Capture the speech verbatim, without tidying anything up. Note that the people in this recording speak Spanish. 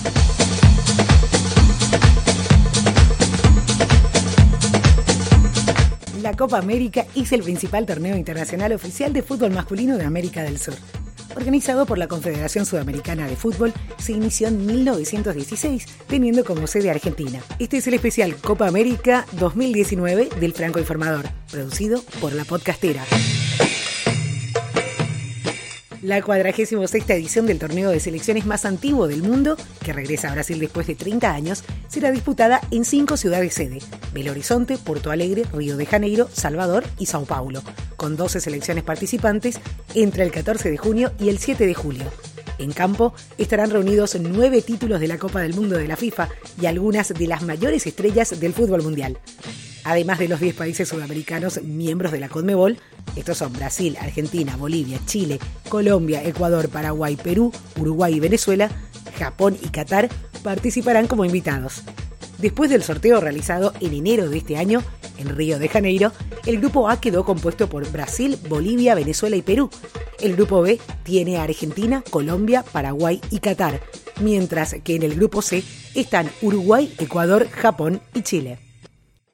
La Copa América es el principal torneo internacional oficial de fútbol masculino de América del Sur. Organizado por la Confederación Sudamericana de Fútbol, se inició en mil novecientos dieciséis, teniendo como sede Argentina. Este es el especial Copa América dos mil diecinueve del Franco Informador, producido por La Podcastera. La cuadragésima sexta edición del torneo de selecciones más antiguo del mundo, que regresa a Brasil después de treinta años, será disputada en cinco ciudades sede: Belo Horizonte, Porto Alegre, Río de Janeiro, Salvador y Sao Paulo, con doce selecciones participantes entre el catorce de junio y el siete de julio. En campo estarán reunidos nueve títulos de la Copa del Mundo de la FIFA y algunas de las mayores estrellas del fútbol mundial. Además de los diez países sudamericanos miembros de la Conmebol, estos son Brasil, Argentina, Bolivia, Chile, Colombia, Ecuador, Paraguay, Perú, Uruguay y Venezuela, Japón y Qatar participarán como invitados. Después del sorteo realizado en enero de este año, en Río de Janeiro, el grupo A quedó compuesto por Brasil, Bolivia, Venezuela y Perú. El grupo B tiene a Argentina, Colombia, Paraguay y Qatar, mientras que en el grupo C están Uruguay, Ecuador, Japón y Chile.